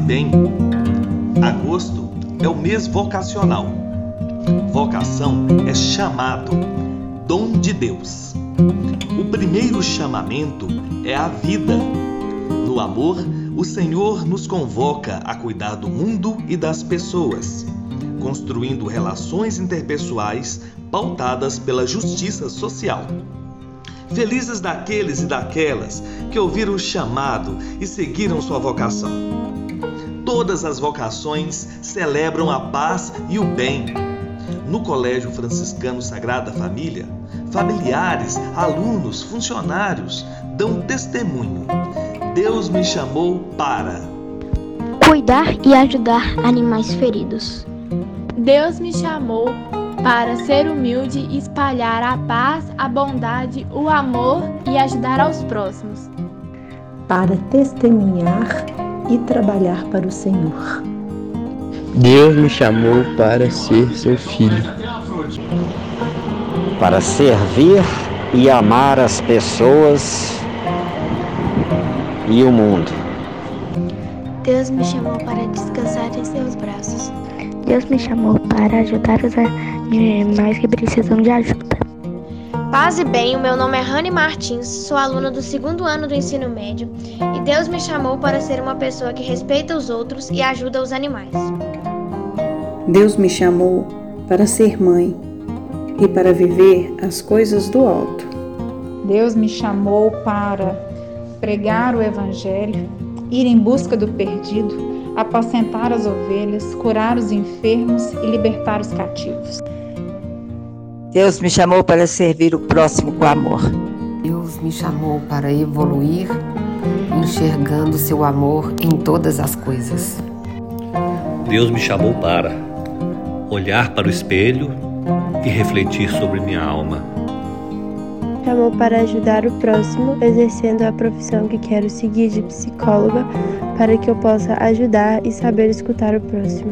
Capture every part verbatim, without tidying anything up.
Bem. Agosto é o mês vocacional. Vocação é chamado, dom de Deus. O primeiro chamamento é a vida. No amor, o Senhor nos convoca a cuidar do mundo e das pessoas, construindo relações interpessoais pautadas pela justiça social. Felizes daqueles e daquelas que ouviram o chamado e seguiram sua vocação. Todas as vocações celebram a paz e o bem. No Colégio Franciscano Sagrada Família, familiares, alunos, funcionários dão testemunho. Deus me chamou para cuidar e ajudar animais feridos. Deus me chamou para ser humilde e espalhar a paz, a bondade, o amor e ajudar aos próximos. Para testemunhar e trabalhar para o Senhor. Deus me chamou para ser seu filho. Para servir e amar as pessoas e o mundo. Deus me chamou para descansar em seus braços. Deus me chamou para ajudar os animais que precisam de ajuda. Paz e bem, o meu nome é Rani Martins, sou aluna do segundo ano do ensino médio e Deus me chamou para ser uma pessoa que respeita os outros e ajuda os animais. Deus me chamou para ser mãe e para viver as coisas do alto. Deus me chamou para pregar o Evangelho, ir em busca do perdido, apacentar as ovelhas, curar os enfermos e libertar os cativos. Deus me chamou para servir o próximo com amor. Deus me chamou para evoluir, enxergando seu amor em todas as coisas. Deus me chamou para olhar para o espelho e refletir sobre minha alma. Chamou para ajudar o próximo, exercendo a profissão que quero seguir de psicóloga, para que eu possa ajudar e saber escutar o próximo.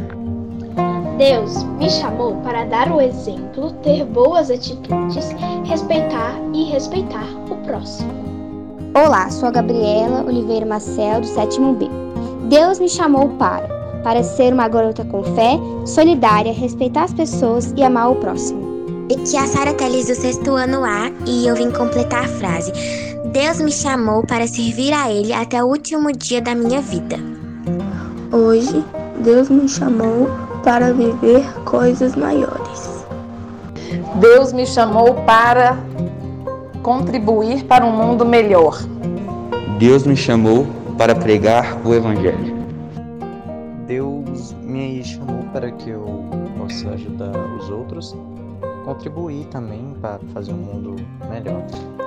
Deus me chamou para dar o exemplo, ter boas atitudes, respeitar e respeitar o próximo. Olá, sou a Gabriela Oliveira Marcel, do sétimo B. Deus me chamou para, para ser uma garota com fé, solidária, respeitar as pessoas e amar o próximo. Aqui é a Sara Teles, do sexto ano A, e eu vim completar a frase. Deus me chamou para servir a Ele até o último dia da minha vida. Hoje, Deus me chamou para viver coisas maiores. Deus me chamou para contribuir para um mundo melhor. Deus me chamou para pregar o Evangelho. Deus me chamou para que eu possa ajudar os outros, contribuir também para fazer um mundo melhor.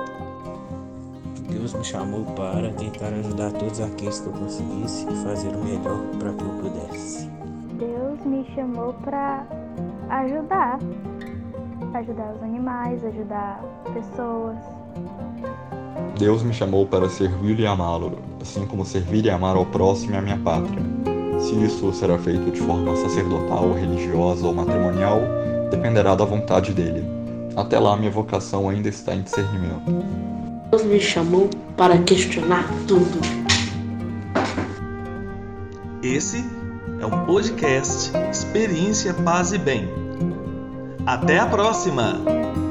Deus me chamou para tentar ajudar todos aqueles que eu conseguisse e fazer o melhor para que eu pudesse. Deus me chamou para ajudar, ajudar os animais, ajudar pessoas. Deus me chamou para servir e amá-lo, assim como servir e amar ao próximo e à minha pátria. Se isso será feito de forma sacerdotal, religiosa ou matrimonial, dependerá da vontade dele. Até lá, minha vocação ainda está em discernimento. Deus me chamou para questionar tudo. Esse é um podcast Experiência Paz e Bem. Até a próxima!